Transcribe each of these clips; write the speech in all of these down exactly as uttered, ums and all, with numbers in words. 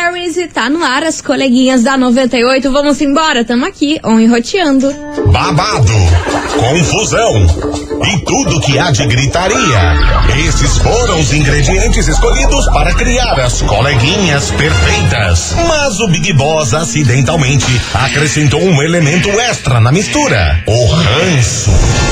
Carries e tá no ar as coleguinhas da noventa e oito. Vamos embora, tamo aqui, on e roteando. Babado, confusão e tudo que há de gritaria. Esses foram os ingredientes escolhidos para criar as coleguinhas perfeitas. Mas o Big Boss acidentalmente acrescentou um elemento extra na mistura: o ranço.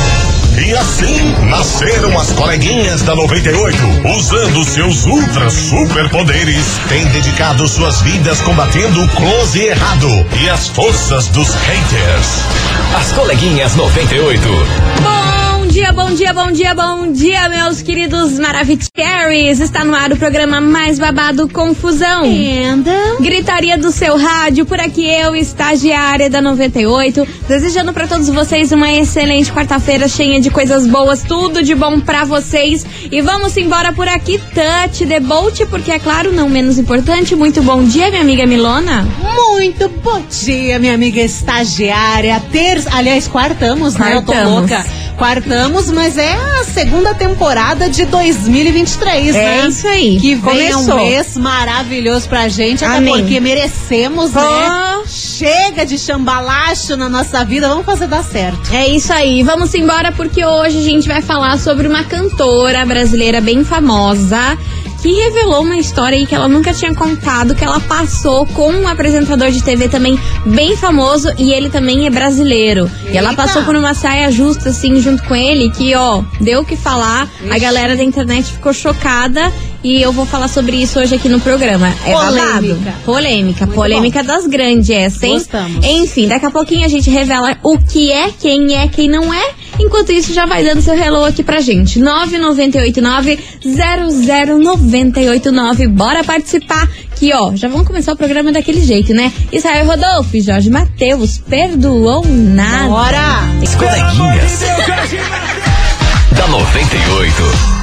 E assim nasceram as coleguinhas da noventa e oito, usando seus ultra superpoderes, têm dedicado suas vidas combatendo o close e errado e as forças dos haters. As coleguinhas noventa e oito. Bom dia, bom dia, bom dia, bom dia, meus queridos Maravicheries. Está no ar o programa mais babado, Confusão. Anda. Gritaria do seu rádio, por aqui eu, estagiária da noventa e oito, desejando pra todos vocês uma excelente quarta-feira, cheia de coisas boas, tudo de bom pra vocês. E vamos embora por aqui, Touch the Bolt, porque é claro, não menos importante. Muito bom dia, minha amiga Milona. Muito bom dia, minha amiga estagiária. Terça, aliás, quartamos, né? Eu tô louca. Quartamos, mas é a segunda temporada de dois mil e vinte e três, é né? É isso aí. Que venha Começou. Um mês maravilhoso pra gente, até Amém. Porque merecemos, oh. né? Chega de chambalacho na nossa vida, vamos fazer dar certo. É isso aí, vamos embora porque hoje a gente vai falar sobre uma cantora brasileira bem famosa que revelou uma história aí que ela nunca tinha contado, que ela passou com um apresentador de T V também bem famoso, e ele também é brasileiro. Eita. E ela passou por uma saia justa, assim, junto com ele, que, ó, deu o que falar. Ixi. A galera da internet ficou chocada, e eu vou falar sobre isso hoje aqui no programa. É polêmica. Babado. Polêmica. Muito polêmica bom. Das grandes, essa, hein? Gostamos. Enfim, daqui a pouquinho a gente revela o que é, quem é, quem não é. Enquanto isso, já vai dando seu hello aqui pra gente. nove nove oito nove zero zero nove oito nove. Bora participar. Que, ó, já vamos começar o programa daquele jeito, né? Israel Rodolfo e Jorge Mateus, perdoou nada. Bora! As coleguinhas da noventa e oito.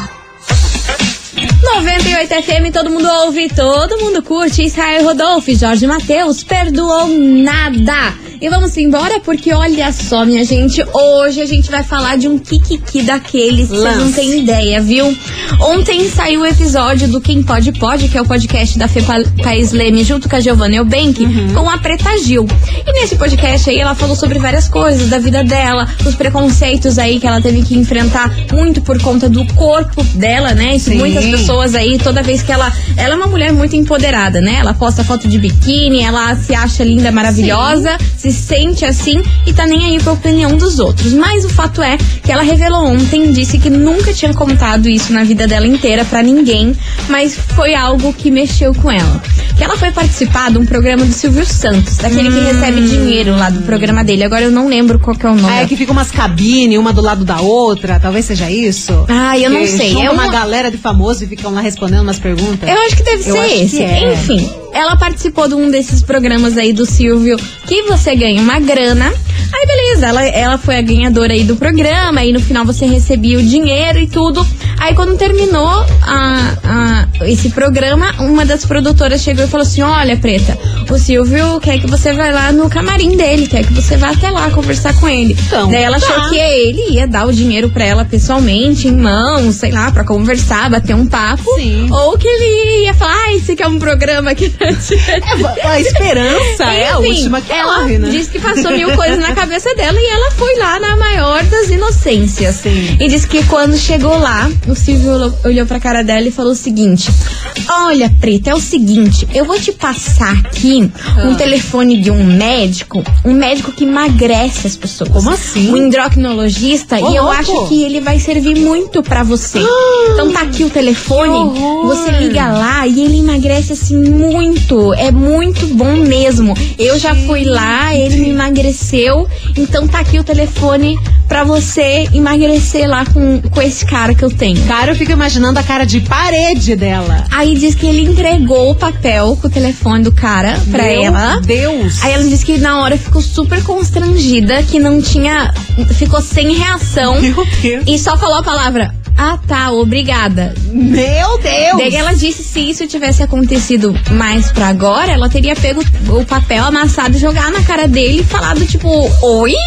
noventa e oito F M, todo mundo ouve, todo mundo curte. Israel Rodolfo e Jorge Mateus, perdoou nada. E vamos embora porque olha só, minha gente, hoje a gente vai falar de um kikiki daqueles que vocês não têm ideia, viu? Ontem saiu o episódio do Quem Pode Pode, que é o podcast da Fê Paes Leme junto com a Giovanna Eubank, uhum. com a Preta Gil. E nesse podcast aí ela falou sobre várias coisas da vida dela, os preconceitos aí que ela teve que enfrentar muito por conta do corpo dela, né? Isso, muitas pessoas aí, toda vez que ela... Ela é uma mulher muito empoderada, né? Ela posta foto de biquíni, ela se acha linda, maravilhosa, Sim. se sente assim e tá nem aí pra opinião dos outros. Mas o fato é que ela revelou ontem, disse que nunca tinha contado isso na vida dela inteira pra ninguém, mas foi algo que mexeu com ela. Que ela foi participar de um programa do Silvio Santos, daquele hum. que recebe dinheiro lá do programa dele. Agora eu não lembro qual que é o nome. Ah, é que fica umas cabines, uma do lado da outra, talvez seja isso? Ah, eu não que sei. É uma... uma galera de famosos e ficam lá respondendo umas perguntas. Eu acho que deve eu ser esse. É. Enfim, ela participou de um desses programas aí do Silvio, que você ganha uma grana. Aí beleza, ela, ela foi a ganhadora aí do programa, aí no final você recebia o dinheiro e tudo. Aí quando terminou a, a, esse programa, uma das produtoras chegou e falou assim: olha, Preta, o Silvio quer que você vá lá no camarim dele, quer que você vá até lá conversar com ele. Então, Daí ela tá. achou que ele ia dar o dinheiro pra ela pessoalmente, em mãos, sei lá, pra conversar, bater um papo. Sim. Ou que ele ia falar: ah, esse aqui é um programa que... é, a esperança é a última que ela morre, né? Disse que passou mil coisas na cabeça dela e ela foi lá na maior das inocências. Sim. E disse que quando chegou lá, o Silvio olhou pra cara dela e falou o seguinte: olha, Preta, é o seguinte, eu vou te passar aqui ah. um telefone de um médico, um médico que emagrece as pessoas. Como assim? Um endocrinologista, oh, e eu louco. acho que ele vai servir muito pra você. Ah. Então tá aqui o telefone, você liga lá e ele emagrece assim muito, é muito bom mesmo. Eu Gente. já fui lá, ele me emagreceu, então tá aqui o telefone pra você emagrecer lá com, com esse cara que eu tenho. Cara, eu fico imaginando a cara de parede dela. Aí diz que ele entregou o papel com o telefone do cara pra Meu ela. Meu Deus! Aí ela disse que na hora ficou super constrangida, que não tinha... Ficou sem reação. Meu Deus! E só falou a palavra: ah, tá, obrigada. Meu Deus! Daí ela disse que se isso tivesse acontecido mais pra agora, ela teria pego o papel amassado e jogado na cara dele e falado tipo: oi?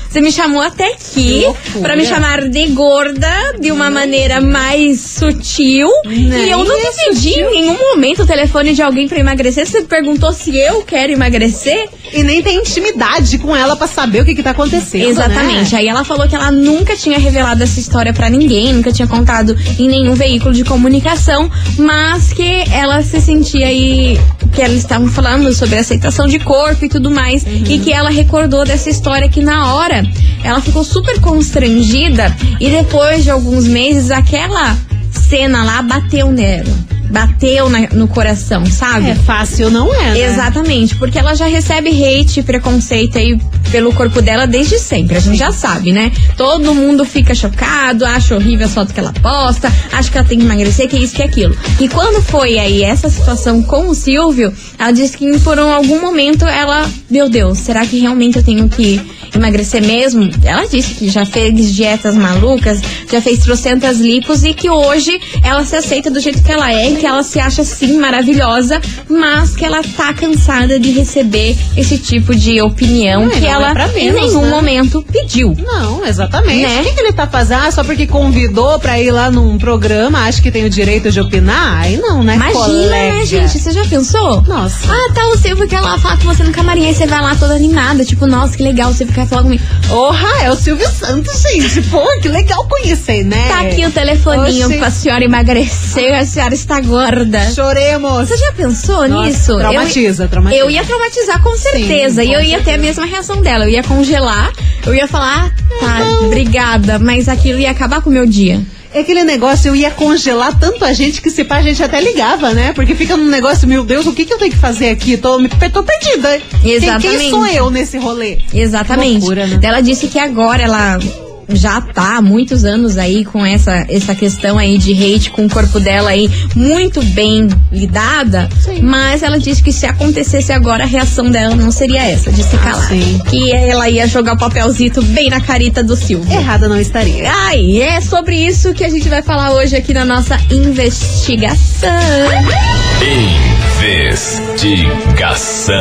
Você me chamou até aqui pra me chamar de gorda de uma maneira mais sutil. Nem e eu não te pedi em nenhum momento o telefone de alguém pra emagrecer. Você perguntou se eu quero emagrecer. E nem tem intimidade com ela pra saber o que que tá acontecendo. Exatamente. Né? Aí ela falou que ela nunca tinha revelado essa história pra ninguém, nunca tinha contado em nenhum veículo de comunicação, mas que ela se sentia aí, que eles estavam falando sobre aceitação de corpo e tudo mais, uhum. e que ela recordou dessa história que na hora ela ficou super constrangida e depois de alguns meses aquela cena lá bateu nela. Bateu na, no coração, sabe? É fácil, não é, né? Exatamente, porque ela já recebe hate e preconceito aí pelo corpo dela desde sempre, a gente já sabe, né? Todo mundo fica chocado, acha horrível as fotos que ela posta, acha que ela tem que emagrecer, que isso, que aquilo. E quando foi aí essa situação com o Silvio, ela disse que por um, algum momento ela, meu Deus, será que realmente eu tenho que emagrecer mesmo? Ela disse que já fez dietas malucas, já fez trocentas lipos e que hoje ela se aceita do jeito que ela é, que ela se acha sim maravilhosa, mas que ela tá cansada de receber esse tipo de opinião não, que não ela é menos, em nenhum né? momento pediu. Não, exatamente. Né? O que, que ele tá fazendo? Ah, só porque convidou pra ir lá num programa, acha que tem o direito de opinar? Aí não, né, Imagina, colega? né, gente? Você já pensou? Nossa. Ah, tá, o Silvio quer lá falar com você no camarim, aí você vai lá toda animada, tipo, nossa, que legal, o Silvio quer falar comigo. Porra, é o Silvio Santos, gente. Pô, que legal conhecer, né? Tá aqui o telefoninho Oxi. pra senhora emagrecer, a senhora está gorda. Choremos. Você já pensou Nossa, nisso? Traumatiza, eu, traumatiza. Eu ia traumatizar com certeza. Sim, e eu com ia certeza. ter a mesma reação dela. Eu ia congelar, eu ia falar, tá, obrigada, mas aquilo ia acabar com o meu dia. É aquele negócio, eu ia congelar tanto a gente que se pá, a gente até ligava, né? Porque fica num negócio, meu Deus, o que, que eu tenho que fazer aqui? Tô, tô perdida. Exatamente. Quem, quem sou eu nesse rolê? Exatamente. Que loucura, né? Ela disse que agora ela já tá há muitos anos aí com essa, essa questão aí de hate com o corpo dela aí muito bem lidada, sim. Mas ela disse que se acontecesse agora a reação dela não seria essa, de se calar. Sim. Que ela ia jogar o papelzito bem na carita do Silvio. Errada não estaria. Ai, é sobre isso que a gente vai falar hoje aqui na nossa investigação. Investigação.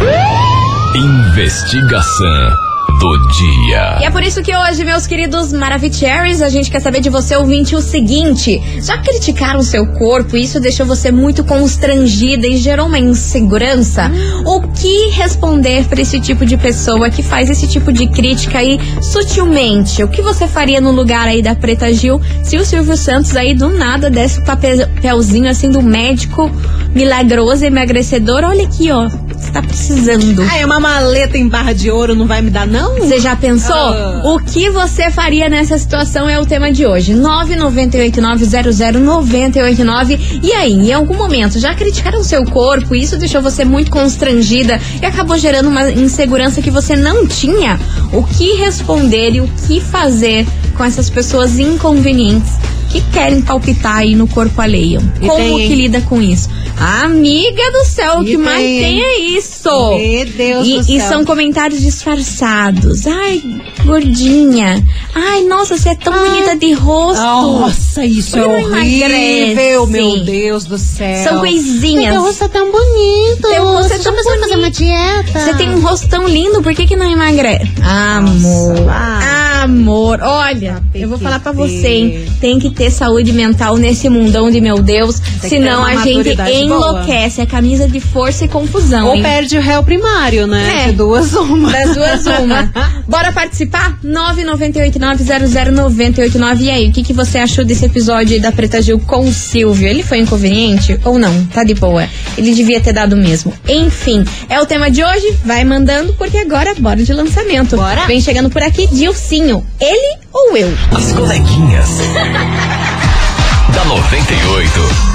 Investigação do dia. E é por isso que hoje, meus queridos Maravicheries, a gente quer saber de você, ouvinte, o seguinte: já criticaram seu corpo e isso deixou você muito constrangida e gerou uma insegurança? Hum. O que responder pra esse tipo de pessoa que faz esse tipo de crítica aí sutilmente? O que você faria no lugar aí da Preta Gil se o Silvio Santos aí do nada desse o papelzinho assim do médico milagroso, emagrecedor? Olha aqui, ó, você tá precisando. Ah, é uma maleta em barra de ouro, não vai me dar não? Você já pensou? Ah. O que você faria nessa situação é o tema de hoje. nove nove oito nove zero zero nove oito nove. E aí, em algum momento, já criticaram o seu corpo e isso deixou você muito constrangida e acabou gerando uma insegurança que você não tinha? O que responder e o que fazer com essas pessoas inconvenientes que querem palpitar aí no corpo alheio? E como tem, que lida com isso? Amiga do céu, o que tem, mais tem é isso. Meu Deus e, do céu. E são comentários disfarçados. Ai, gordinha. Ai, nossa, você é tão Ai. bonita de rosto. Nossa, isso é horrível. Meu Deus do céu. São coisinhas. Seu rosto é tão bonito. Seu rosto é tão bonito. Fazer uma dieta. Você tem um rosto tão lindo, por que que não emagrece? Amor. Nossa, amor. Olha, eu vou falar pra você, hein? Tem que ter saúde mental nesse mundão de meu Deus, tem senão a gente enlouquece. Boa. É camisa de força e confusão. Ou hein? Perde o réu primário, né? É. De duas uma. Das duas uma. Bora participar? nove nove oito nove zero zero nove oito nove. E aí, o que, que você achou desse episódio da Preta Gil com o Silvio? Ele foi inconveniente ou não? Tá de boa. Ele devia ter dado mesmo. Enfim, é o tema de hoje. Vai mandando, porque agora bora de lançamento. Bora. Vem chegando por aqui, Dilcinho. Ele ou eu? As coleguinhas da noventa e oito.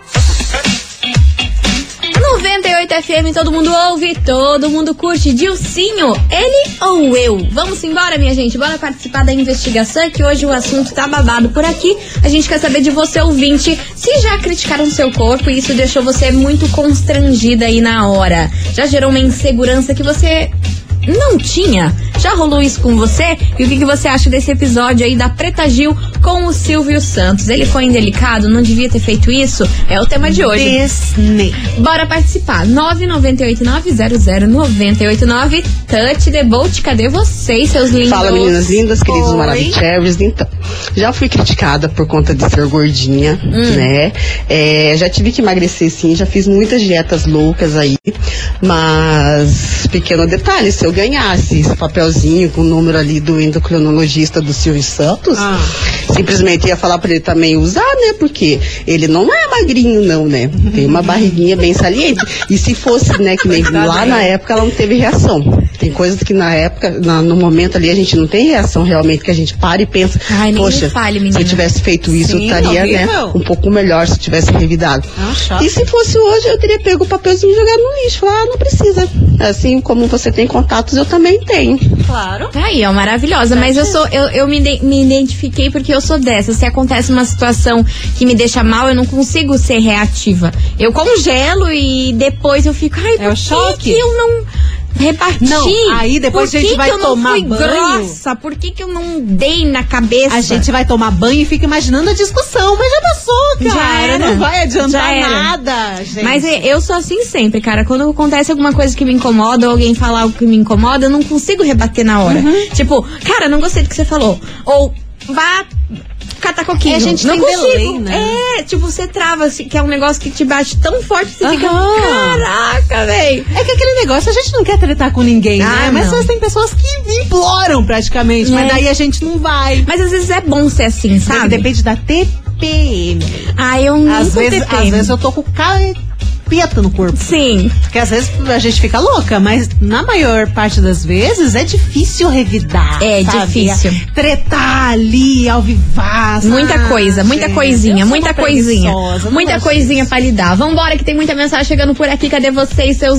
noventa e oito F M, todo mundo ouve, todo mundo curte. Dilcinho, ele ou eu? Vamos embora, minha gente, bora participar da investigação, que hoje o assunto tá babado por aqui. A gente quer saber de você, ouvinte, se já criticaram seu corpo e isso deixou você muito constrangida aí na hora. Já gerou uma insegurança que você não tinha? Já rolou isso com você? E o que, que você acha desse episódio aí da Preta Gil com o Silvio Santos? Ele foi indelicado? Não devia ter feito isso? É o tema de hoje. Disney. Bora participar. nove nove oito nove zero zero nove oito nove. Touch the boat. Cadê vocês, seus lindos? Fala, meninas lindas, queridos Oi. Maravicheries. Então, já fui criticada por conta de ser gordinha, hum. né? É, já tive que emagrecer, sim. Já fiz muitas dietas loucas aí. Mas, pequeno detalhe, se eu ganhasse esse papelzinho com o número ali do endocrinologista do Silvio Santos, ah. simplesmente ia falar pra ele também usar, né? Porque ele não é magrinho, não, né? Tem uma barriguinha bem saliente. E se fosse, né, que nem lá na época ela não teve reação. Tem coisas que na época, na, no momento ali, a gente não tem reação realmente, que a gente para e pensa, Ai, poxa, fale, se eu tivesse feito isso, Sim, eu estaria, né, um pouco melhor se eu tivesse revidado. Ah, e se fosse hoje, eu teria pego o papelzinho e jogado no lixo. Falar, ah, não precisa. Assim como você tem contatos, eu também tenho. Claro. Aí, ó, maravilhosa. Certo. Mas eu sou, eu, eu me, de, me identifiquei porque eu sou dessa. Se acontece uma situação que me deixa mal, eu não consigo ser reativa. Eu congelo e depois eu fico, ai, é por o choque. que, que eu não reparti? Não, aí depois por a gente que vai que eu tomar não fui banho? grossa? Por que que eu não dei na cabeça? A gente vai tomar banho e fica imaginando a discussão, mas já passou, cara. Já era. Não vai adiantar Já era. nada, gente. Mas eu sou assim sempre, cara. Quando acontece alguma coisa que me incomoda ou alguém falar algo que me incomoda, eu não consigo rebater na hora. Uhum. Tipo, cara, não gostei do que você falou. Ou vá catar coquinho. É, a gente não tem consigo. delay, né? É, tipo, você trava, assim, que é um negócio que te bate tão forte que você Aham. fica, caraca, velho. É que aquele negócio, a gente não quer tretar com ninguém, Ah, né? Mas não. tem pessoas que imploram praticamente, É. mas daí a gente não vai. Mas às vezes é bom ser assim, sabe? Depende da T P M. Ah, eu não Às tô vezes, T P M. às vezes eu tô com capeta no corpo. Sim. Porque às vezes a gente fica louca, mas na maior parte das vezes é difícil revidar. É sabe? difícil. Tretar ali, ao vivaço. Muita coisa, muita gente, coisinha, eu sou muita uma coisinha. preguiçosa, não Muita gosto coisinha disso. pra lidar. Vambora que tem muita mensagem chegando por aqui. Cadê vocês, seus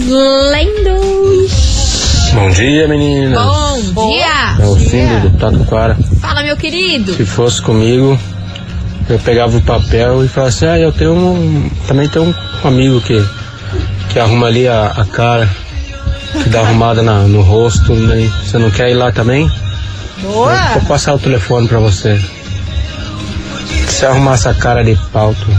lendos? Bom dia, meninas. Bom dia. É o Cíndio do Tatuquara. Fala, meu querido. Se fosse comigo, eu pegava o papel e falava assim, ah, eu tenho um. Também tenho um amigo que, que arruma ali a, a cara, que dá arrumada na, no rosto, né? Você não quer ir lá também? Boa. Eu vou passar o telefone pra você. Se arrumar essa cara de pau, tu.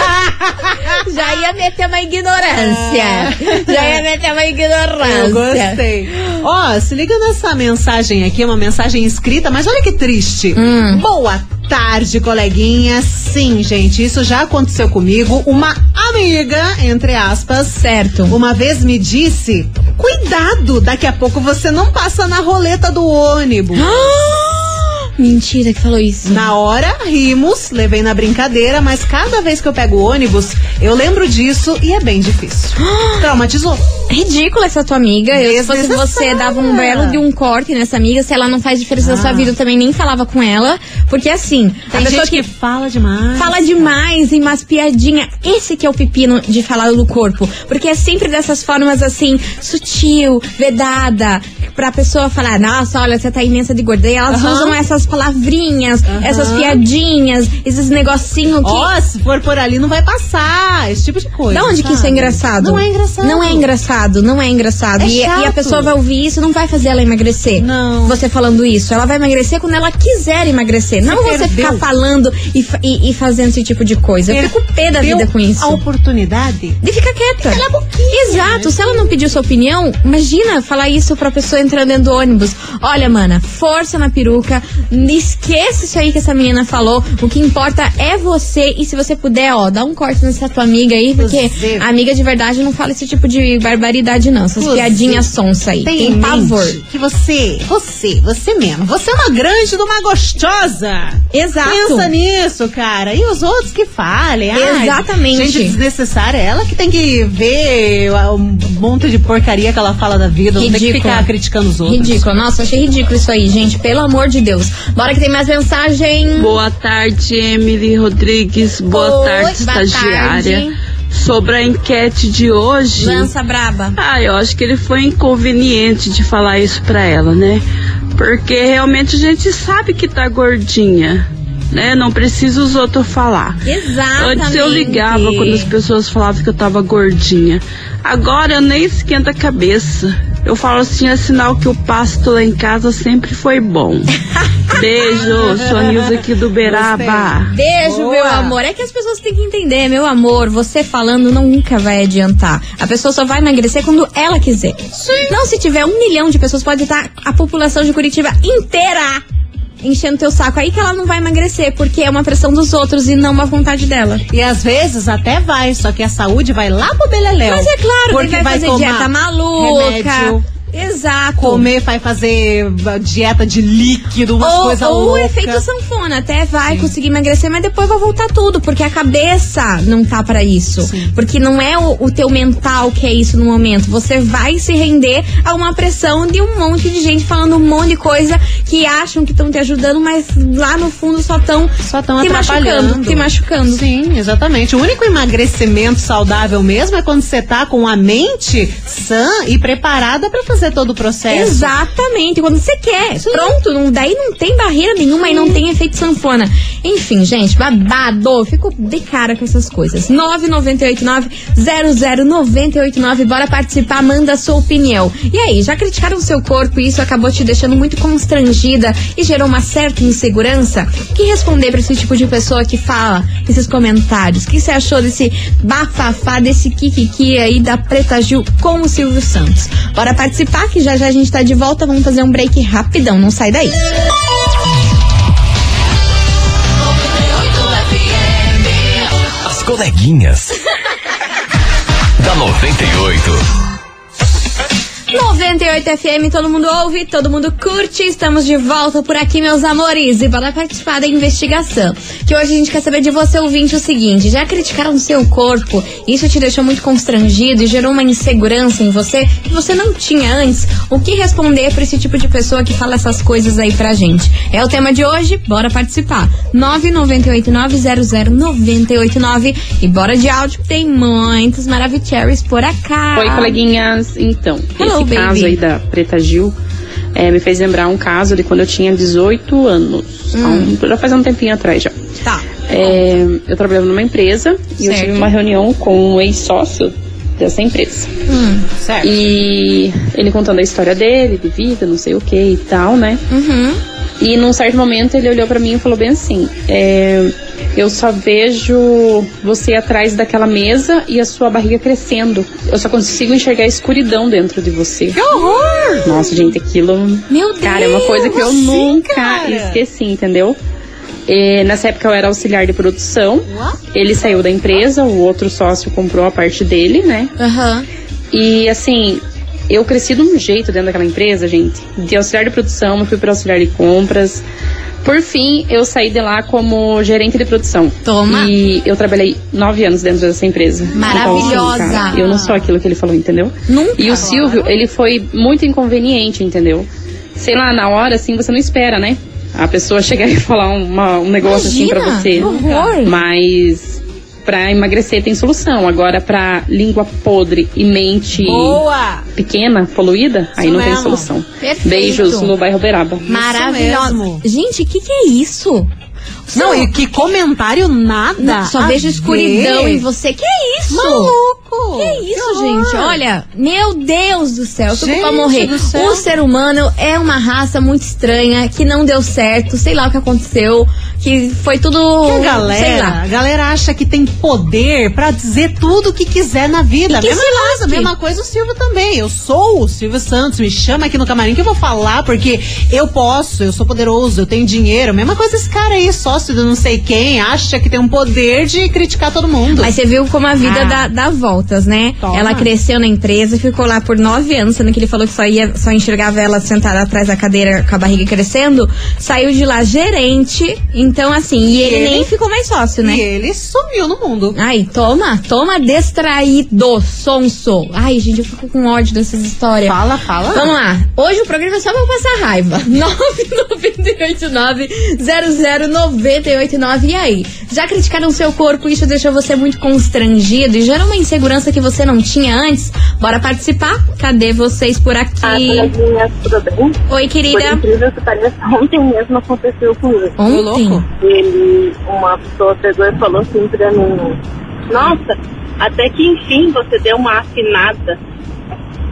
Já ia meter uma ignorância. Já ia meter uma ignorância. Eu gostei. Ó, se liga nessa mensagem aqui, uma mensagem escrita, mas olha que triste. Hum. Boa tarde, coleguinha. Sim, gente, isso já aconteceu comigo. Uma amiga, entre aspas, Certo. uma vez me disse: cuidado, daqui a pouco você não passa na roleta do ônibus. Mentira que falou isso. Na hora, rimos, levei na brincadeira, mas cada vez que eu pego o ônibus, eu lembro disso e é bem difícil. Traumatizou. Ridícula essa tua amiga. Eu, se fosse você, dava um belo de um corte nessa amiga. Se ela não faz diferença Ah. na sua vida, eu também nem falava com ela. Porque assim, Tem a pessoa gente que, que fala demais. fala demais e umas piadinhas. Esse que é o pepino de falar do corpo. Porque é sempre dessas formas assim, sutil, vedada, pra pessoa falar, nossa, olha, você tá imensa de gordura. E elas Aham. usam essas palavrinhas, Aham. essas piadinhas, esses negocinhos que... Ó, se for por ali não vai passar, esse tipo de coisa. Da onde que isso é sabe? engraçado? Não é engraçado. Não é engraçado, não é engraçado. É e, e a chato. pessoa vai ouvir isso, não vai fazer ela emagrecer. Não. Você falando isso. Ela vai emagrecer quando ela quiser emagrecer. Não você perdeu. ficar falando e, fa- e- e fazendo esse tipo de coisa. Eu fico pé da Deu vida com isso. a oportunidade. De ficar quieta. Cala a boquinha. Exato. Se ela não pediu sua opinião, imagina falar isso pra pessoa entrando dentro do ônibus. Olha, mana, força na peruca. Esquece isso aí que essa menina falou. O que importa é você. E se você puder, ó, dá um corte nessa tua amiga aí, porque Inclusive. a amiga de verdade não fala esse tipo de barbaridade, não. Essas Inclusive, piadinhas sonsa aí. Tem, Tem, em pavor. mente que você, você, você mesmo, você é uma grande de uma gostosa. Exato. Pensa nisso, cara. E os outros que falem. Ai, Exatamente. gente desnecessária. Ela que tem que ver um monte de porcaria que ela fala da vida. Não tem que Ridícula. ficar criticando os outros. Ridículo. Nossa, achei ridículo isso aí, gente. Pelo amor de Deus. Bora que tem mais mensagem. Boa tarde, Emily Rodrigues. Boa Oi, tarde, boa estagiária. tarde. Sobre a enquete de hoje. Lança braba. Ah, eu acho que ele foi inconveniente de falar isso pra ela, né? Porque realmente a gente sabe que tá gordinha, né? Não precisa os outros falar. Exatamente. Antes eu ligava quando as pessoas falavam que eu tava gordinha. Agora eu nem esquento a cabeça. Eu falo assim, é sinal que o pasto lá em casa sempre foi bom. Beijo, sou a Nilza aqui do Beraba. Beijo, Boa. meu amor. É que as pessoas têm que entender, meu amor, você falando nunca vai adiantar. A pessoa só vai emagrecer quando ela quiser. Sim. Não, se tiver um milhão de pessoas, pode estar a população de Curitiba inteira enchendo teu saco, aí que ela não vai emagrecer, porque é uma pressão dos outros e não uma vontade dela. E às vezes até vai, só que a saúde vai lá pro beleléu. Mas é claro, porque vai, vai fazer tomar dieta maluca. remédio, exato. comer, vai fazer dieta de líquido, umas ou, coisas ou o loucas. efeito sanfona, até vai Sim. conseguir emagrecer, mas depois vai voltar tudo, porque a cabeça não tá pra isso. Sim. Porque não é o, o teu mental que é isso no momento. Você vai se render a uma pressão de um monte de gente falando um monte de coisa que acham que estão te ajudando, mas lá no fundo só estão só estão te machucando, te machucando. Sim, exatamente. O único emagrecimento saudável mesmo é quando você tá com a mente sã e preparada pra fazer todo o processo. Exatamente, quando você quer. Sim. Pronto, não, daí não tem barreira nenhuma Sim. e não tem efeito sanfona. Enfim, gente, babado. Fico de cara com essas coisas. nove nove oito nove zero zero nove oito nove, bora participar, manda a sua opinião. E aí, já criticaram o seu corpo e isso acabou te deixando muito constrangida e gerou uma certa insegurança? O que responder pra esse tipo de pessoa que fala esses comentários? O que você achou desse bafafá, desse kikiki aí da Preta Gil com o Silvio Santos? Bora participar, que já já a gente tá de volta. Vamos fazer um break rapidão, não sai daí. As coleguinhas da noventa e oito. noventa e oito F M, todo mundo ouve, todo mundo curte. Estamos de volta por aqui, meus amores, e para participar da investigação, que hoje a gente quer saber de você, ouvinte, o seguinte: já criticaram o seu corpo? Isso te deixou muito constrangido e gerou uma insegurança em você que você não tinha antes? O que responder para esse tipo de pessoa que fala essas coisas aí pra gente? É o tema de hoje, bora participar. nove nove oito nove zero zero nove oito nove, e bora de áudio, que tem muitos maravilhosos por acá. Oi, coleguinhas. Então, Hello, esse baby. caso aí da Preta Gil é, me fez lembrar um caso de quando eu tinha dezoito anos. Hum. Então, já faz um tempinho atrás já. Tá. É, eu trabalhava numa empresa e eu Certo. tive uma reunião com um ex-sócio dessa empresa. Hum. Certo. E ele contando a história dele, de vida, não sei o que e tal, né? Uhum. E num certo momento ele olhou pra mim e falou bem assim: é, eu só vejo você atrás daquela mesa e a sua barriga crescendo. Eu só consigo enxergar a escuridão dentro de você. Que horror! Nossa, gente, aquilo... Meu Deus! Cara, é uma coisa que eu assim, nunca cara? esqueci, entendeu? E nessa época eu era auxiliar de produção. What? Ele saiu da empresa, o outro sócio comprou a parte dele, né? Aham. E assim, eu cresci de um jeito dentro daquela empresa, gente. De auxiliar de produção, eu fui para auxiliar de compras. Por fim, eu saí de lá como gerente de produção. Toma. E eu trabalhei nove anos dentro dessa empresa. Maravilhosa. Então, assim, cara, eu não sou aquilo que ele falou, entendeu? Nunca. E o Silvio, ele foi muito inconveniente, entendeu? Sei lá, na hora, assim, você não espera, né? A pessoa chegar e falar uma, um negócio Imagina, assim pra você. que horror. Mas pra emagrecer tem solução. Agora, pra língua podre e mente Boa! pequena, poluída, aí não mesmo. tem solução. Perfeito. Beijos no bairro Beraba. Maravilhosa. mesmo. Gente, o que, que é isso? Não, Só- e que comentário nada. Não, só a vejo escuridão ver. em você. Que é isso? Maluco! Que isso, Que horror. gente? Olha, meu Deus do céu, eu tô Gente pra morrer. do céu. O ser humano é uma raça muito estranha, que não deu certo, sei lá o que aconteceu, que foi tudo, Que a sei galera, lá. a galera acha que tem poder pra dizer tudo o que quiser na vida. E que Mesma se coisa, lasque. mesma coisa o Silvio também. Eu sou o Silvio Santos, me chama aqui no camarim que eu vou falar porque eu posso, eu sou poderoso, eu tenho dinheiro. Mesma coisa esse cara aí, sócio de não sei quem, acha que tem um poder de criticar todo mundo. Mas você viu como a vida Ah. dá, dá voltas, né? Toma. Ela cresceu na empresa, ficou lá por nove anos, sendo que ele falou que só, ia, só enxergava ela sentada atrás da cadeira com a barriga crescendo. Saiu de lá gerente, então assim, e ele, ele? nem ficou mais sócio, né? E ele sumiu no mundo. Ai, toma, toma distraído, sonso. Ai, gente, eu fico com ódio dessas histórias. Fala, fala. Vamos lá, hoje o programa é só pra passar raiva. nove nove oito nove zero zero nove oito nove. E aí, já criticaram o seu corpo e isso deixou você muito constrangido e gerou uma insegurança que você não tinha antes? Bora participar? Cadê vocês por aqui? Ah, coleguinhas, tudo bem? Oi, Por querida. incrível que pareça, ontem mesmo aconteceu comigo. Ontem? Ele, uma pessoa pegou e falou assim pra mim: nossa, até que enfim você deu uma afinada.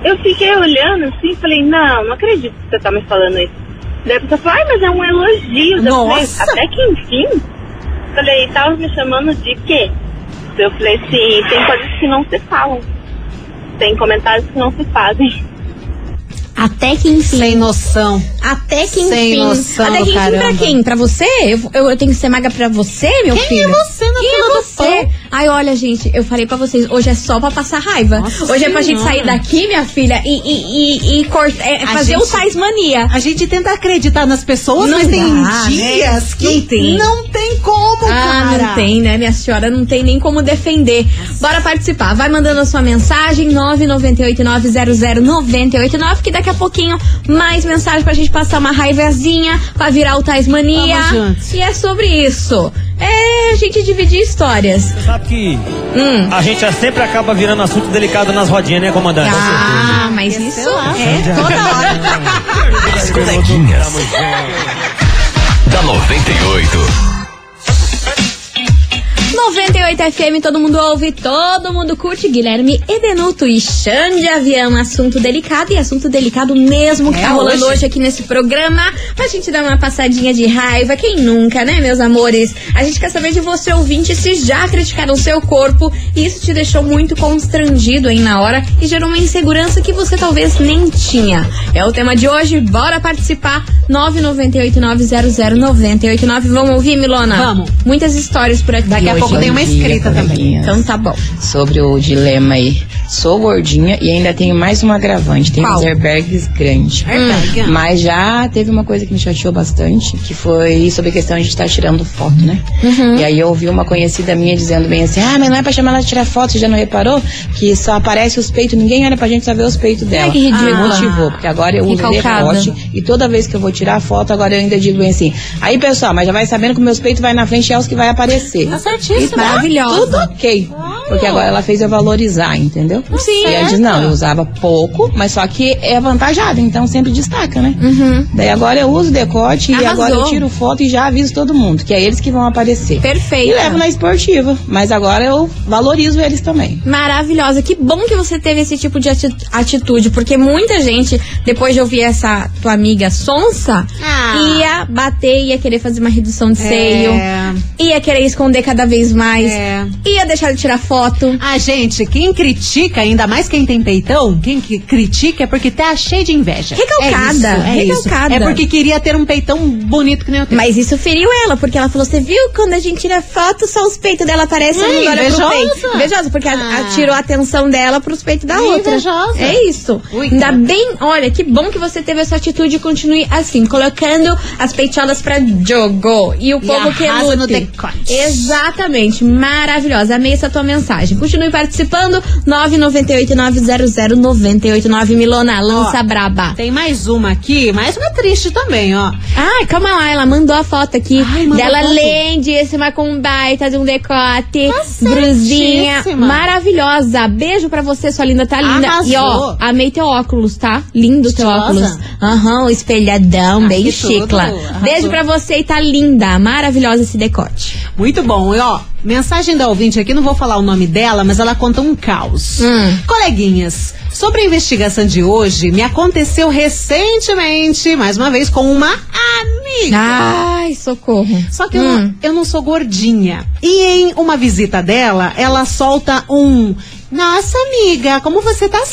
Eu fiquei olhando assim, falei, não, não acredito que você tá me falando isso. Daí a pessoa falou, ai, mas é um elogio. Eu falei, até que enfim. Falei, tava me chamando de quê? Eu falei assim, tem coisas que não se falam. Tem comentários que não se fazem. Até que enfim. Sem noção. Até que enfim. Sem noção, Até que enfim caramba. pra quem? Pra você? Eu, eu, eu tenho que ser maga pra você, meu Quem filho? é você na Quem fila é do você? pão? Ai, olha, gente, eu falei pra vocês, hoje é só pra passar raiva. Nossa hoje é pra Senhora. gente sair daqui, minha filha, e, e, e, e cort... é, fazer gente- o Tais Mania. A gente tenta acreditar nas pessoas, Não mas tem dá, dias né? que Não tem. não tem como, Ah, cara. não tem, né, minha senhora? Não tem nem como defender. Bora participar. Vai mandando a sua mensagem, nove nove oito nove zero zero nove oito nove, que daqui a pouquinho mais mensagem pra gente passar uma raivazinha, pra virar o Tais Mania. Vamos juntos. E é sobre isso. É a gente dividir histórias. Você sabe que Hum. a gente sempre acaba virando assunto delicado nas rodinhas, né, comandante? Ah, mas isso é toda hora. As coleguinhas. Da noventa e oito. noventa e oito F M, todo mundo ouve, todo mundo curte. Guilherme Edenuto e Xande Avião, assunto delicado, e assunto delicado mesmo que É tá rolando hoje. hoje. aqui nesse programa, pra gente dar uma passadinha de raiva. Quem nunca, né, meus amores? A gente quer saber de você, ouvinte, se já criticaram o seu corpo e isso te deixou muito constrangido aí na hora e gerou uma insegurança que você talvez nem tinha. É o tema de hoje, bora participar. nove nove oito nove zero zero nove oito nove. Vamos ouvir, Milona? Vamos. Muitas histórias por aqui. Daqui a hoje. pouco tem uma escrita também. Então tá bom. Sobre o dilema aí. Sou gordinha e ainda tenho mais um agravante. Tenho Qual? uns airbags grandes. Airbag. Mas já teve uma coisa que me chateou bastante, que foi sobre a questão de estar tirando foto, né? Uhum. E aí eu ouvi uma conhecida minha dizendo bem assim, ah, mas não é pra chamar ela de tirar foto, você já não reparou? Que só aparece os peitos, ninguém olha pra gente, só vê os peitos dela. Ai, que ridícula. Me motivou, porque agora eu uso Recalcada. decote e toda vez que eu vou tirar foto, agora eu ainda digo bem assim, aí pessoal, mas já vai sabendo que meus peitos vai na frente e é os que vai aparecer. Tá certíssimo. Maravilhosa. Tudo ok. Porque agora ela fez eu valorizar, entendeu? Sim. E ela diz, não, eu usava pouco, mas só que é avantajado, então sempre destaca, né? Uhum. Daí agora eu uso decote e Arrasou. agora eu tiro foto e já aviso todo mundo, que é eles que vão aparecer. Perfeito. E levo na esportiva, mas agora eu valorizo eles também. Maravilhosa. Que bom que você teve esse tipo de ati- atitude, porque muita gente, depois de ouvir essa tua amiga sonsa, Ah. ia bater, ia querer fazer uma redução de seio, É. ia querer esconder cada vez mais, É. ia deixar de tirar foto. Ah, gente, quem critica, ainda mais quem tem peitão, quem que critica é porque tá cheio de inveja. Recalcada, É isso, é recalcada. isso. É porque queria ter um peitão bonito que nem eu tenho. Mas isso feriu ela, porque ela falou, você viu quando a gente tira foto, só os peitos dela aparecem, Ai, não olha pro invejosa. peito. Invejosa, porque a- a- Ah. tirou a atenção dela pros peitos da Ih, outra. invejosa. É isso. Ui, Ainda cara. bem, olha, que bom que você teve essa atitude e continue assim, colocando as peitolas pra jogo. E o E povo que arrasa no lute. decote. Exatamente, maravilhosa. Amei essa tua mensagem. Continue participando, nove nove oito nove zero zero nove oito nove. Milona, lança Ó, braba. Tem mais uma aqui, mais uma triste também, ó. Ai, calma lá, ela mandou a foto aqui Ai, mandou dela foto. lindíssima com um baita de um decote, Tá brusinha, certíssima. maravilhosa. Beijo pra você, sua linda, tá linda. Arrasou. E ó, amei teu óculos, tá? Lindo teu Estilosa. óculos. Aham, o espelhadão, Ah, bem que tudo. chicla. Arrasou. Beijo pra você e tá linda, maravilhosa esse decote. Muito bom. E ó, mensagem da ouvinte aqui, não vou falar o nome dela, mas ela conta um caos. Hum. Coleguinhas, sobre a investigação de hoje, me aconteceu recentemente, mais uma vez, com uma amiga. Ai, socorro. Só que eu, Hum. não, eu não sou gordinha. E em uma visita dela, ela solta um... Nossa, amiga, como você tá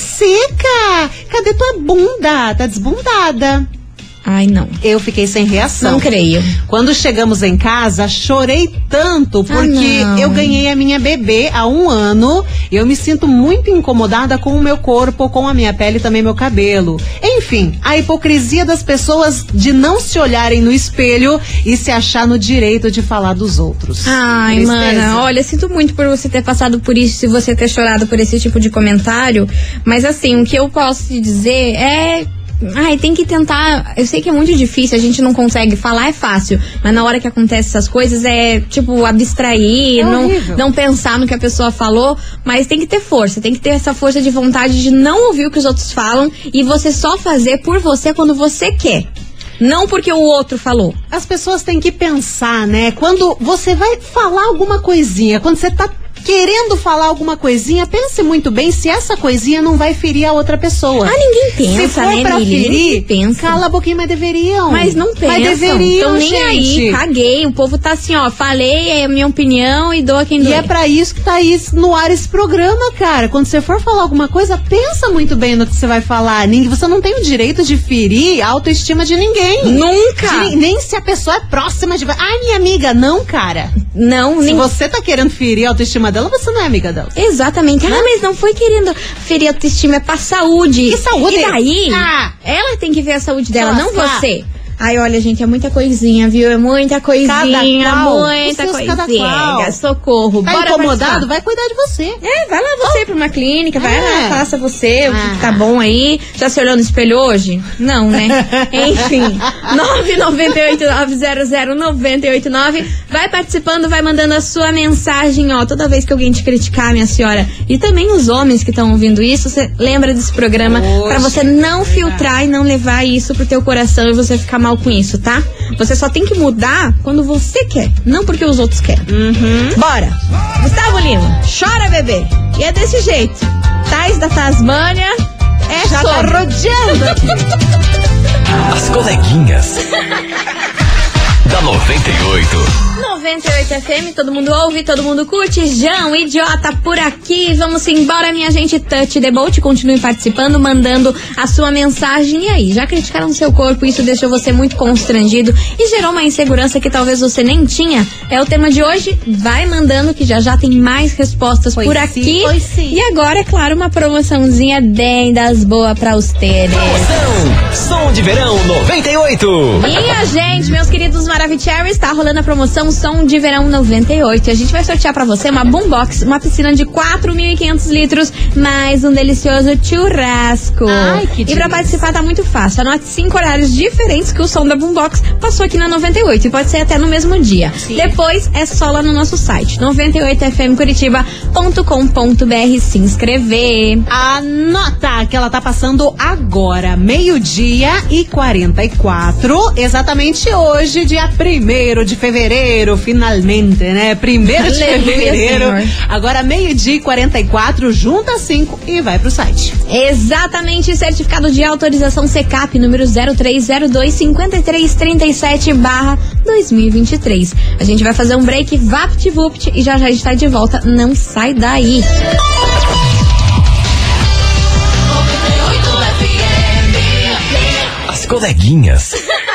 seca? Cadê tua bunda? Tá desbundada. Ai, não. Eu fiquei sem reação. Não creio. Quando chegamos em casa, chorei tanto porque não. eu ganhei a minha bebê há um ano e eu me sinto muito incomodada com o meu corpo, com a minha pele e também meu cabelo. Enfim, a hipocrisia das pessoas de não se olharem no espelho e se achar no direito de falar dos outros. Ai, Tristeza. mana, olha, sinto muito por você ter passado por isso, se você ter chorado por esse tipo de comentário. Mas assim, o que eu posso te dizer é... Ai, tem que tentar. Eu sei que é muito difícil, a gente não consegue falar, é fácil. Mas na hora que acontece essas coisas é tipo abstrair, É não, horrível. não pensar no que a pessoa falou. Mas tem que ter força, tem que ter essa força de vontade de não ouvir o que os outros falam e você só fazer por você quando você quer. Não porque o outro falou. As pessoas têm que pensar, né? Quando você vai falar alguma coisinha, quando você tá querendo falar alguma coisinha, pense muito bem se essa coisinha não vai ferir a outra pessoa. Ah, ninguém pensa, se for né, pra Lili? ferir, pensa. cala a boquinha, mas deveriam. Mas não pensam. Mas deveriam, Então nem gente. aí, caguei. O povo tá assim, ó, falei, é a minha opinião e dou a quem doer. E é pra isso que tá aí no ar esse programa, cara. Quando você for falar alguma coisa, pensa muito bem no que você vai falar. Você não tem o direito de ferir a autoestima de ninguém. Nunca! De, nem se a pessoa é próxima de... Ai, minha amiga, não, cara. Não, Se nem... você tá querendo ferir a autoestima dela, você não é amiga dela. Exatamente. Ah, mas não foi querendo ferir a autoestima, é pra saúde. Que saúde? E daí, Ah. ela tem que ver a saúde dela, Nossa. não você. Ai, olha, gente, é muita coisinha, viu? É muita coisinha, Cada qual, muita os seus cada coisinha. qual. Socorro. Tá Bora incomodado? participar. Vai cuidar de você. É, vai lá você pra uma clínica, vai É. lá, faça você, o que, Ah. que tá bom aí. Já se olhou no espelho hoje? Não, né? Enfim, nove nove oito nove zero zero nove oito nove. Vai participando, vai mandando a sua mensagem, ó. Toda vez que alguém te criticar, minha senhora, e também os homens que estão ouvindo isso, você lembra desse programa Poxa, pra você não verdade. filtrar e não levar isso pro teu coração e você ficar mal com isso, tá? Você só tem que mudar quando você quer, não porque os outros querem. Uhum. Bora! Gustavo Lima, chora, bebê! E é desse jeito. Tais da Tasmânia é Já tá sobre. rodeando aqui. As coleguinhas. Da noventa e oito. noventa e oito F M, todo mundo ouve, todo mundo curte. João, idiota, por aqui. Vamos embora, minha gente. Touch the boat. Continue participando, mandando a sua mensagem. E aí, já criticaram seu corpo? Isso deixou você muito constrangido e gerou uma insegurança que talvez você nem tinha? É o tema de hoje. Vai mandando que já já tem mais respostas Pois por sim, aqui. pois sim. E agora, é claro, uma promoçãozinha bem das boas pra os teres. Promoção Som de Verão noventa e oito. Minha gente, meus queridos Maravicheries, está rolando a promoção Som de Verão noventa e oito. E a gente vai sortear pra você uma boombox, uma piscina de quatro mil e quinhentos litros, mais um delicioso churrasco. Ai, que e pra delícia. participar tá muito fácil. Anote cinco horários diferentes que o som da boombox passou aqui na noventa e oito. E pode ser até no mesmo dia. Sim. Depois é só lá no nosso site, noventa e oito f m curitiba ponto com ponto b r, se inscrever. Anota que ela tá passando agora, meio-dia e quarenta e quatro, exatamente hoje, dia primeiro de fevereiro, finalmente, né? Primeiro de Aleluia, fevereiro. Senhor. Agora, meio-dia e quarenta e quatro, junta cinco e vai pro site. Exatamente, certificado de autorização C C A P número zero três zero dois cinco três três sete barra dois mil e vinte e três. A gente vai fazer um break vapt-vupt e já já a gente tá de volta. Não sai daí. As coleguinhas.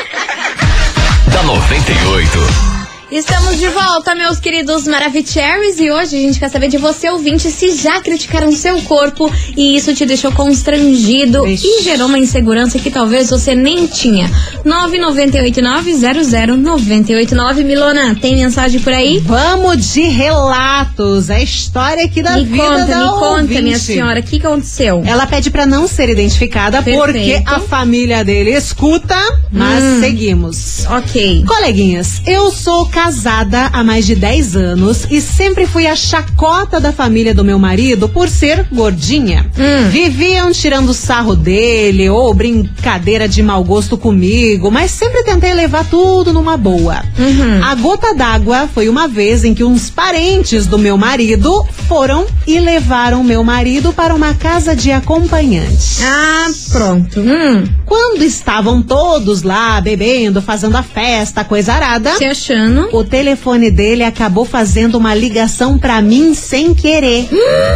Da noventa e oito. Estamos de volta, meus queridos Maravicheries, e hoje a gente quer saber de você, ouvinte, se já criticaram seu corpo e isso te deixou constrangido Ixi. e gerou uma insegurança que talvez você nem tinha. nove nove oito nove zero zero nove oito nove. Milona, tem mensagem por aí? Vamos de relatos, a história aqui da Me vida conta, da me conta, ouvinte. minha senhora, o que que aconteceu? Ela pede pra não ser identificada Perfeito. porque a família dele escuta, mas Hum. seguimos. Ok. Coleguinhas, eu sou casada há mais de dez anos e sempre fui a chacota da família do meu marido por ser gordinha. Hum. Viviam tirando sarro dele ou brincadeira de mau gosto comigo, mas sempre tentei levar tudo numa boa. Uhum. A gota d'água foi uma vez em que uns parentes do meu marido foram e levaram meu marido para uma casa de acompanhantes. Ah, pronto. Hum. Quando estavam todos lá bebendo, fazendo a festa, coisa arada, Se achando. o telefone dele acabou fazendo uma ligação pra mim sem querer.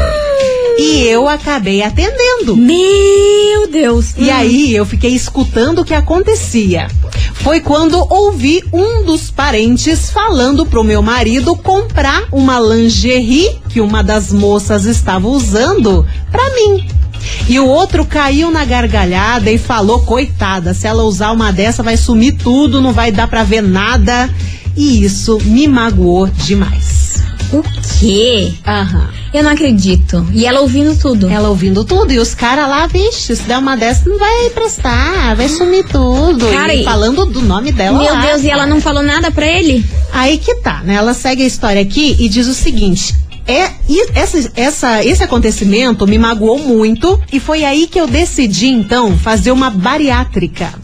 E eu acabei atendendo. Meu Deus. E Hum. aí eu fiquei escutando o que acontecia. Foi quando ouvi um dos parentes falando pro meu marido comprar uma lingerie que uma das moças estava usando pra mim. E o outro caiu na gargalhada e falou, coitada, se ela usar uma dessa vai sumir tudo, não vai dar pra ver nada. E isso me magoou demais. O quê? Aham. Eu não acredito. E ela ouvindo tudo. Ela ouvindo tudo e os caras lá, vixe, se der uma dessa não vai prestar, vai sumir tudo. Cara, e e- falando do nome dela Meu lá. Deus, e ela não falou nada pra ele? Aí que tá, né? Ela segue a história aqui e diz o seguinte. É, e essa, essa, esse acontecimento me magoou muito e foi aí que eu decidi, então, fazer uma bariátrica,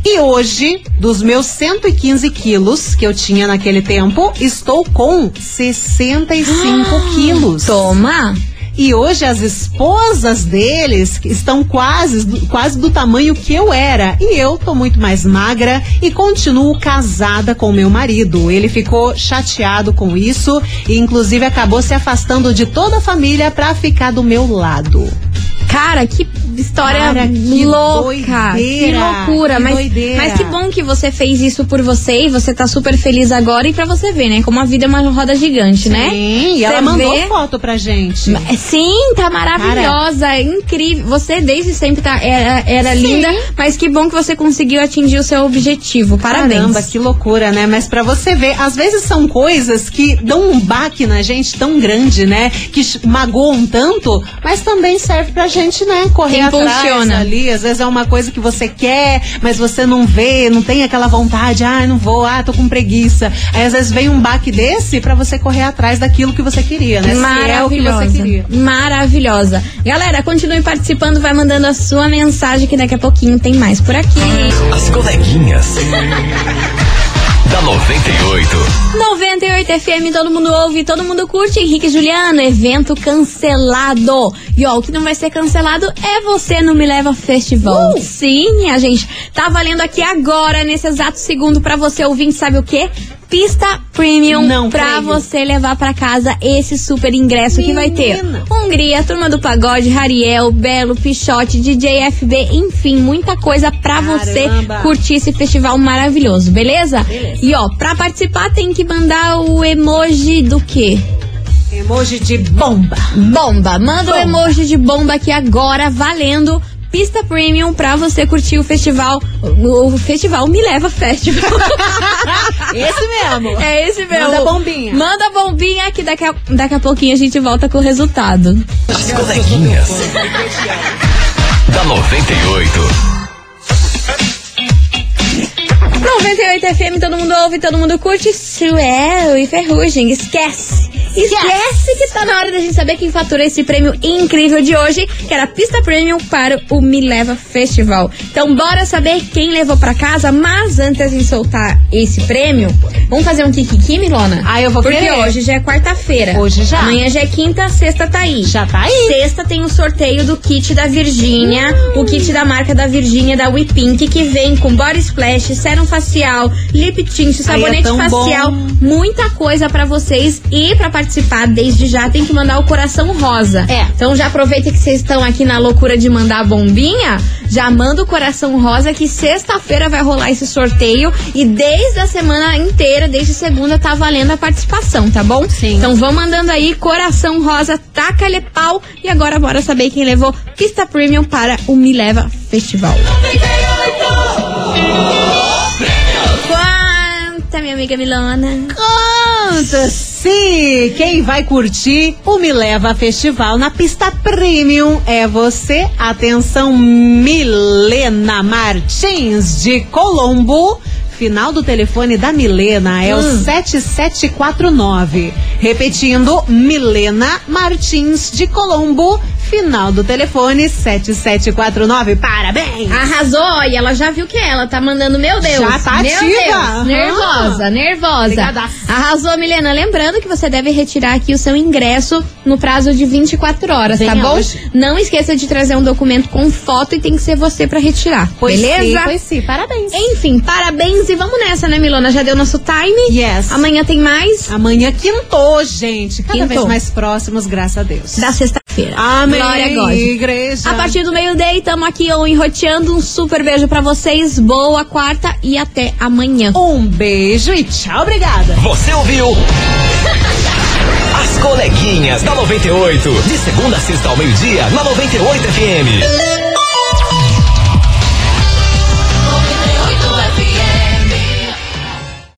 E hoje, dos meus cento e quinze quilos que eu tinha naquele tempo, estou com sessenta e cinco quilos. Toma! E hoje as esposas deles estão quase, quase do tamanho que eu era. E eu tô muito mais magra e continuo casada com meu marido. Ele ficou chateado com isso e inclusive acabou se afastando de toda a família pra ficar do meu lado. Cara, que história Cara, que louca, doideira, que loucura, que mas, doideira. mas que bom que você fez isso por você e você tá super feliz agora e pra você ver, né, como a vida é uma roda gigante, né? Sim, e ela Você mandou vê- foto pra gente. Sim, tá maravilhosa, é incrível. Você desde sempre tá, era, era Sim. linda, mas que bom que você conseguiu atingir o seu objetivo. Parabéns. Caramba, que loucura, né? Mas pra você ver, às vezes são coisas que dão um baque na gente tão grande, né? Que ch- magoam tanto, mas também serve pra gente, né? Correr atrás Impulsiona. ali. Às vezes é uma coisa que você quer, mas você não vê, não tem aquela vontade. Ah, não vou, ah, tô com preguiça. Aí às vezes vem um baque desse pra você correr atrás daquilo que você queria, né? Se é o que Maravilhosa. você queria. Maravilhosa. Galera, continue participando, vai mandando a sua mensagem que daqui a pouquinho tem mais por aqui. As coleguinhas. Da noventa e oito. noventa e oito F M, todo mundo ouve, todo mundo curte. Henrique e Juliano, evento cancelado. E ó, o que não vai ser cancelado é você no Me Leva Festival. Uh! Sim, minha gente, tá valendo aqui agora, nesse exato segundo, pra você ouvinte, sabe o quê? Pista Premium Não pra creio. você levar pra casa esse super ingresso que vai ter Menina. Hungria, Turma do Pagode, Rariel, Belo, Pichote, D J F B, enfim, muita coisa pra você Caramba. curtir esse festival maravilhoso, beleza? Beleza. E ó, pra participar tem que mandar o emoji do quê? Emoji de bomba. Bomba. Manda o Bomba. emoji de bomba aqui agora, valendo. Pista Premium pra você curtir o festival. O, o festival Me Leva Festival. Esse mesmo. É esse mesmo. Manda bombinha. Manda bombinha que daqui a, daqui a pouquinho a gente volta com o resultado. As coleguinhas. Da noventa e oito. noventa e oito F M, todo mundo ouve, todo mundo curte. Suel e Ferrugem, esquece. Esquece que tá na hora da gente saber quem fatura esse prêmio incrível de hoje, que era a Pista Premium para o Me Leva Festival. Então bora saber quem levou pra casa, mas antes de soltar esse prêmio, vamos fazer um kikiki, Milona? Ah, eu vou Porque querer. hoje já é quarta-feira. Hoje já. Amanhã já é quinta, sexta tá aí. Já tá aí. Sexta tem o sorteio do kit da Virgínia, o kit da marca da Virgínia, da We Pink, que vem com body splash, sérum facial, lip tint, sabonete tão facial, bom. muita coisa pra vocês. E pra participar desde já tem que mandar o coração rosa. É. Então já aproveita que vocês estão aqui na loucura de mandar a bombinha, já manda o coração rosa que sexta-feira vai rolar esse sorteio e desde a semana inteira, desde segunda, tá valendo a participação, tá bom? Sim. Então vão mandando aí, coração rosa, taca-lhe pau. E agora bora saber quem levou Pista Premium para o Me Leva Festival. Quanta, minha amiga Milona? Conta, sim! Quem vai curtir o Me Leva Festival na Pista Premium é você. Atenção, Milena Martins de Colombo. Final do telefone da Milena é o Hum. sete sete quatro nove. Repetindo, Milena Martins de Colombo. Final do telefone sete sete quatro nove. Parabéns! Arrasou, e ela já viu que ela tá mandando, meu Deus. Já tá meu ativa. Deus, Aham. nervosa, nervosa. Obrigadaço. Arrasou, Milena. Lembrando que você deve retirar aqui o seu ingresso no prazo de vinte e quatro horas, tá Venha bom? hoje. Não esqueça de trazer um documento com foto e tem que ser você pra retirar, Pois beleza? sim, pois sim, parabéns. Enfim, parabéns e vamos nessa, né, Milona? Já deu nosso time? Yes. Amanhã tem mais Amanhã quintou, gente. Cada Quintou. vez mais próximos, graças a Deus. da sexta-feira. Amém, Glória a God. igreja. A partir do meio-dia, estamos aqui ó, enroteando. Um super beijo pra vocês. Boa quarta e até amanhã. Um beijo e tchau, obrigada. Você ouviu? As coleguinhas da noventa e oito. De segunda a sexta ao meio-dia, na noventa e oito F M.